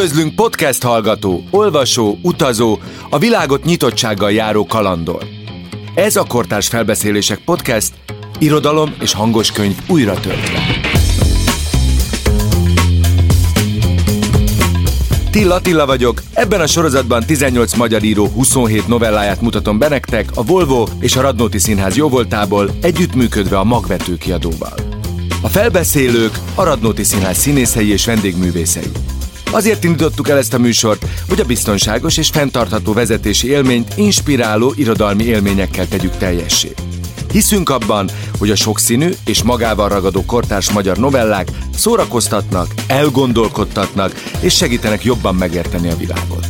Üdvözlünk podcast hallgató, olvasó, utazó, a világot nyitottsággal járó kalandor. Ez a Kortárs Felbeszélések podcast, irodalom és hangos könyv újra töltve. Attila vagyok, ebben a sorozatban 18 magyar író 27 novelláját mutatom be nektek a Volvo és a Radnóti Színház jóvoltából, együttműködve a Magvető kiadóval. A felbeszélők a Radnóti Színház színészei és vendégművészei. Azért indítottuk el ezt a műsort, hogy a biztonságos és fenntartható vezetési élményt inspiráló irodalmi élményekkel tegyük teljessé. Hiszünk abban, hogy a sokszínű és magával ragadó kortárs magyar novellák szórakoztatnak, elgondolkodtatnak és segítenek jobban megérteni a világot.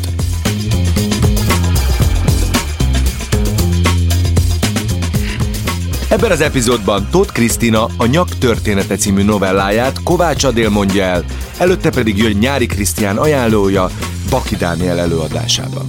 Ebben az epizódban Tóth Krisztina a Nyak története című novelláját Kovács Adél mondja el, előtte pedig jön Nyári Krisztián ajánlója Baki Dániel előadásában.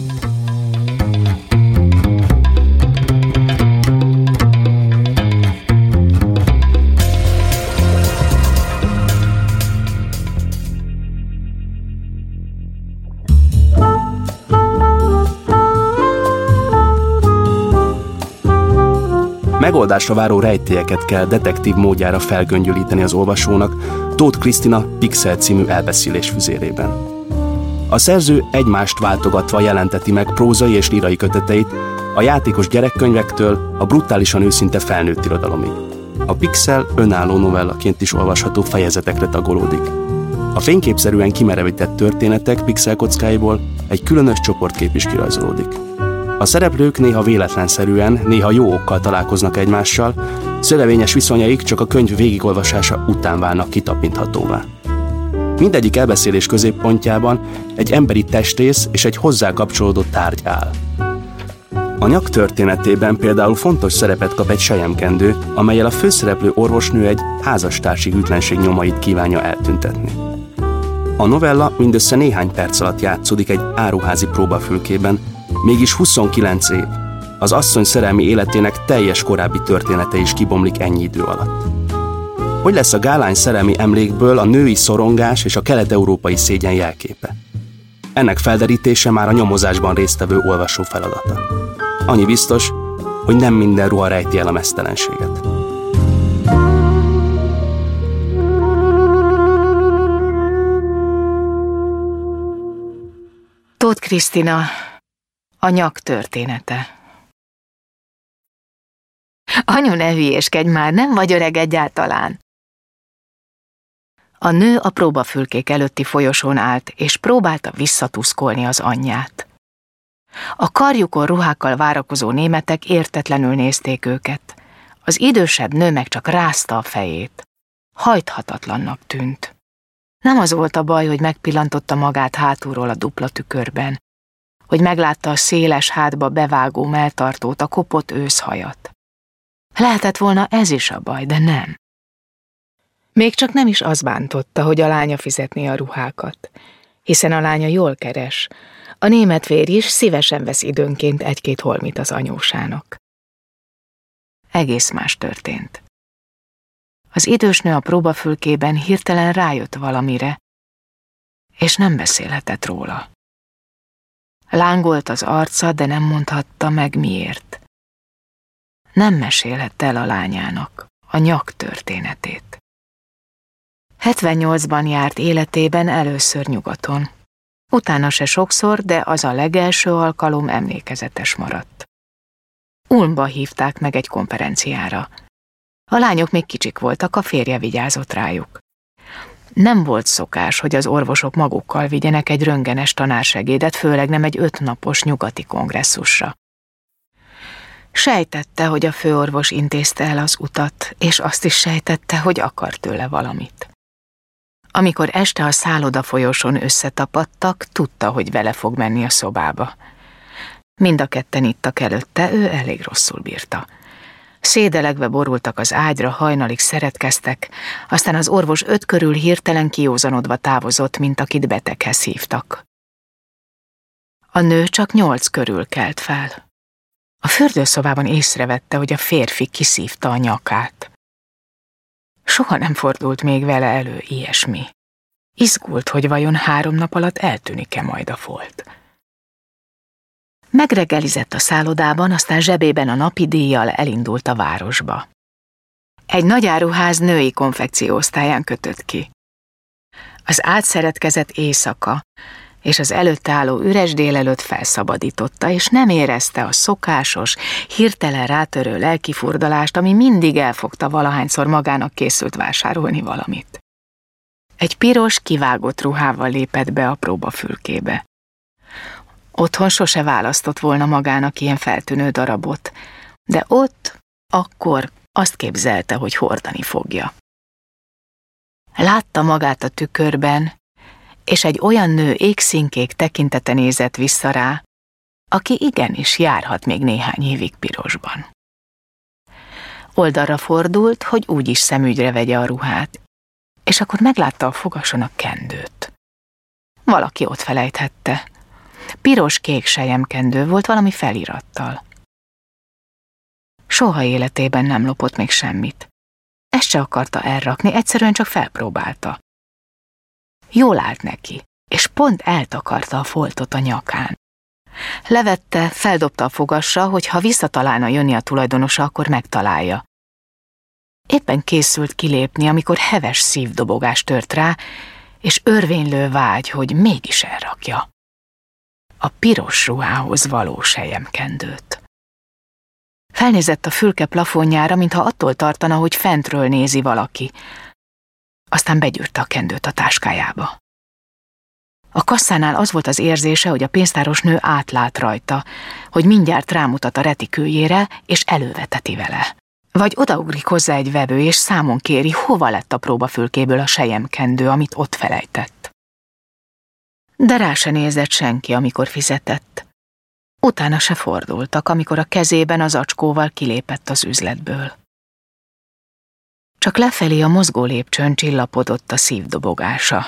Megoldásra váró rejtélyeket kell detektív módjára felgöngyölíteni az olvasónak Tóth Krisztina Pixel című elbeszélés füzérében. A szerző egymást váltogatva jelenteti meg prózai és lírai köteteit a játékos gyerekkönyvektől a brutálisan őszinte felnőtt irodalomig. A Pixel önálló novellaként is olvasható fejezetekre tagolódik. A fényképszerűen kimerevített történetek pixelkockáiból egy különös csoportkép is kirajzolódik. A szereplők néha véletlenszerűen, néha jó okkal találkoznak egymással, szövevényes viszonyaik csak a könyv végigolvasása után válnak kitapinthatóvá. Mindegyik elbeszélés középpontjában egy emberi testrész és egy hozzá kapcsolódó tárgy áll. A Nyak történetében például fontos szerepet kap egy selyemkendő, amellyel a főszereplő orvosnő egy házastársi hűtlenség nyomait kívánja eltüntetni. A novella mindössze néhány perc alatt játszódik egy áruházi próbafülkében, mégis 29 év. Az asszony szerelmi életének teljes korábbi története is kibomlik ennyi idő alatt. Hogy lesz a gálány szerelmi emlékből a női szorongás és a kelet-európai szégyen jelképe? Ennek felderítése már a nyomozásban résztvevő olvasó feladata. Annyi biztos, hogy nem minden ruha rejti el a meztelenséget. Tóth Krisztina, a Nyak története. Anyu, ne hülyéskedj már, nem vagy öreg egyáltalán. A nő a próbafülkék előtti folyosón állt, és próbálta visszatuszkolni az anyját. A karjukon ruhákkal várakozó németek értetlenül nézték őket. Az idősebb nő meg csak rázta a fejét. Hajthatatlannak tűnt. Nem az volt a baj, hogy megpillantotta magát hátulról a dupla tükörben, hogy meglátta a széles hátba bevágó melltartót, a kopott őszhajat. Lehetett volna ez is a baj, de nem. Még csak nem is az bántotta, hogy a lánya fizetné a ruhákat, hiszen a lánya jól keres, a német férj is szívesen vesz időnként egy-két holmit az anyósának. Egész más történt. Az idős nő a próbafülkében hirtelen rájött valamire, és nem beszélhetett róla. Lángolt az arca, de nem mondhatta meg miért. Nem mesélhette el a lányának a Nyak történetét. 78-ban járt életében először nyugaton. Utána se sokszor, de az a legelső alkalom emlékezetes maradt. Ulmba hívták meg egy konferenciára. A lányok még kicsik voltak, a férje vigyázott rájuk. Nem volt szokás, hogy az orvosok magukkal vigyenek egy röntgenes tanársegédet, főleg nem egy 5 napos nyugati kongresszusra. Sejtette, hogy a főorvos intézte el az utat, és azt is sejtette, hogy akar tőle valamit. Amikor este a szálloda folyosón összetapadtak, tudta, hogy vele fog menni a szobába. Mind a ketten ittak előtte, ő elég rosszul bírta. Szédelegve borultak az ágyra, hajnalig szeretkeztek, aztán az orvos 5 körül hirtelen kiózanodva távozott, mint akit beteghez hívtak. A nő csak 8 körül kelt fel. A fürdőszobában észrevette, hogy a férfi kiszívta a nyakát. Soha nem fordult még vele elő ilyesmi. Izgult, hogy vajon 3 nap alatt eltűnik-e majd a folt. Megreggelizett a szállodában, aztán zsebében a napi díjjal elindult a városba. Egy nagyáruház női konfekcióosztályán kötött ki. Az átszeretkezett éjszaka és az előtte álló üres délelőtt felszabadította, és nem érezte a szokásos, hirtelen rátörő lelkifurdalást, ami mindig elfogta, valahányszor magának készült vásárolni valamit. Egy piros, kivágott ruhával lépett be a próbafülkébe. Otthon sose választott volna magának ilyen feltűnő darabot, de ott, akkor azt képzelte, hogy hordani fogja. Látta magát a tükörben, és egy olyan nő égszínkék tekintete nézett vissza rá, aki igenis járhat még néhány évig pirosban. Oldalra fordult, hogy úgyis szemügyre vegye a ruhát, és akkor meglátta a fogason a kendőt. Valaki ott felejthette. Piros-kék selyemkendő volt valami felirattal. Soha életében nem lopott még semmit. Ezt se akarta elrakni, egyszerűen csak felpróbálta. Jól állt neki, és pont eltakarta a foltot a nyakán. Levette, feldobta a fogasra, hogy ha visszatalálna jönni a tulajdonosa, akkor megtalálja. Éppen készült kilépni, amikor heves szívdobogás tört rá, és örvénylő vágy, hogy mégis elrakja a piros ruhához való selyemkendőt. Felnézett a fülke plafonjára, mintha attól tartana, hogy fentről nézi valaki. Aztán begyűrte a kendőt a táskájába. A kasszánál az volt az érzése, hogy a pénztáros nő átlát rajta, hogy mindjárt rámutat a retikőjére, és előveteti vele. Vagy odaugrik hozzá egy vevő, és számon kéri, hova lett a próbafülkéből a selyemkendő, amit ott felejtett. De rá se nézett senki, amikor fizetett. Utána se fordultak, amikor a kezében az acskóval kilépett az üzletből. Csak lefelé a mozgó lépcsőn csillapodott a szívdobogása.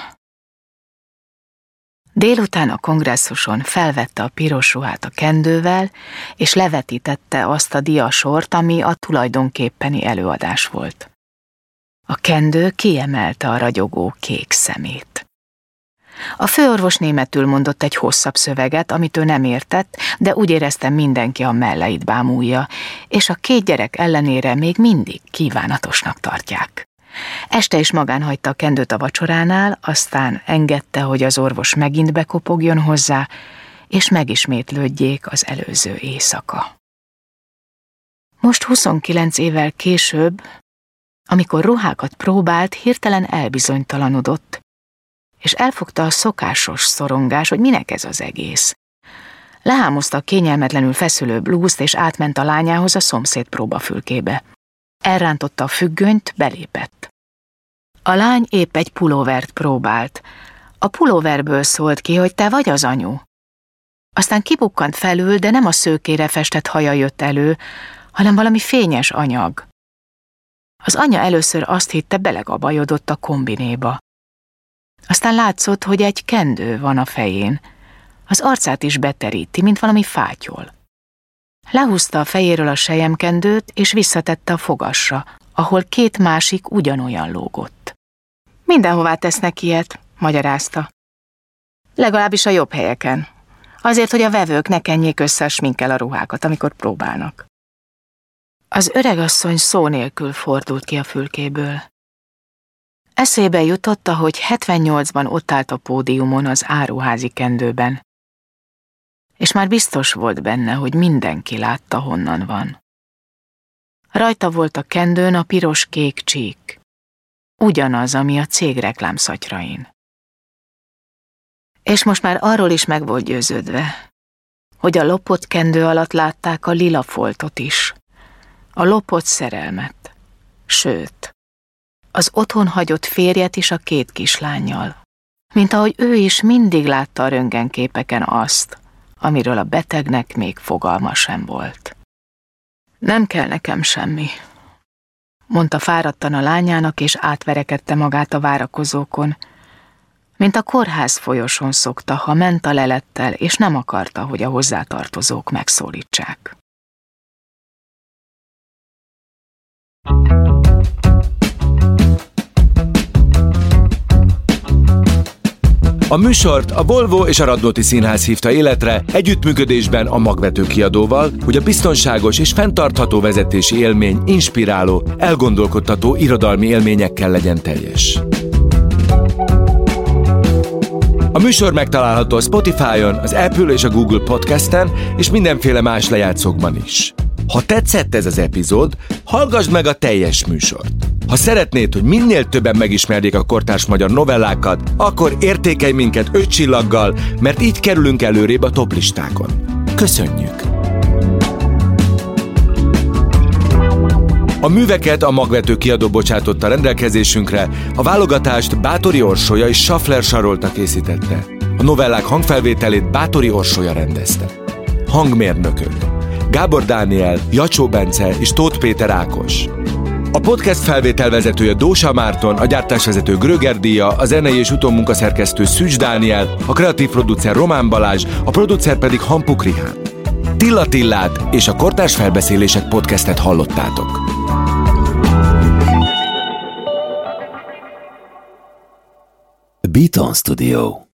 Délután a kongresszuson felvette a piros ruhát a kendővel, és levetítette azt a diasort, ami a tulajdonképpeni előadás volt. A kendő kiemelte a ragyogó kék szemét. A főorvos németül mondott egy hosszabb szöveget, amit ő nem értett, de úgy érezte, mindenki a melleit bámulja, és a 2 gyerek ellenére még mindig kívánatosnak tartják. Este is magán hagyta a kendőt a vacsoránál, aztán engedte, hogy az orvos megint bekopogjon hozzá, és megismétlődjék az előző éjszaka. Most 29 évvel később, amikor ruhákat próbált, hirtelen elbizonytalanodott, és elfogta a szokásos szorongás, hogy minek ez az egész. Lehámozta a kényelmetlenül feszülő blúzt, és átment a lányához a szomszéd próbafülkébe. Elrántotta a függönyt, belépett. A lány épp egy pulóvert próbált. A pulóverből szólt ki, hogy te vagy az anyu. Aztán kibukkant felül, de nem a szőkére festett haja jött elő, hanem valami fényes anyag. Az anya először azt hitte, belegabajodott a kombinéba. Aztán látszott, hogy egy kendő van a fején. Az arcát is beteríti, mint valami fátyol. Lehúzta a fejéről a selyemkendőt, és visszatette a fogasra, ahol 2 másik ugyanolyan lógott. Mindenhová tesznek ilyet, magyarázta. Legalábbis a jobb helyeken. Azért, hogy a vevők ne kenjék össze a sminkkel a ruhákat, amikor próbálnak. Az öregasszony szó nélkül fordult ki a fülkéből. Eszébe jutott, hogy 78-ban ott állt a pódiumon az áruházi kendőben, és már biztos volt benne, hogy mindenki látta, honnan van. Rajta volt a kendőn a piros-kék csík, ugyanaz, ami a cég reklámszatyrain. És most már arról is meg volt győződve, hogy a lopott kendő alatt látták a lila foltot is, a lopott szerelmet, sőt, az otthon hagyott férjet is a 2 kislánnyal, mint ahogy ő is mindig látta a röntgenképeken azt, amiről a betegnek még fogalma sem volt. Nem kell nekem semmi, mondta fáradtan a lányának, és átverekedte magát a várakozókon, mint a kórház folyosón szokta, ha ment a lelettel, és nem akarta, hogy a hozzátartozók megszólítsák. A műsort a Volvo és a Radnóti Színház hívta életre együttműködésben a Magvető Kiadóval, hogy a biztonságos és fenntartható vezetési élmény inspiráló, elgondolkodtató irodalmi élményekkel legyen teljes. A műsor megtalálható a Spotify-on, az Apple és a Google Podcasten és mindenféle más lejátszókban is. Ha tetszett ez az epizód, hallgassd meg a teljes műsort. Ha szeretnéd, hogy minél többen megismerjék a kortárs magyar novellákat, akkor értékelj minket 5 csillaggal, mert így kerülünk előrébb a toplistákon. Köszönjük! A műveket a Magvető Kiadó bocsátotta rendelkezésünkre, a válogatást Báthori Orsolya és Schaffler Sarolta készítette. A novellák hangfelvételét Báthori Orsolya rendezte. Hangmérnökök: Gábor Dániel, Jacsó Bence és Tóth Péter Ákos. A podcast felvételvezetője Dósa Márton, a gyártásvezető Gröger Díja, a zenei és utómunkaszerkesztő Szűcs Dániel, a kreatív producer Román Balázs, a producer pedig Hampuk Rihán. Tilla Tillát és a Kortárs Felbeszélések podcastet hallottátok. Beaton Studio.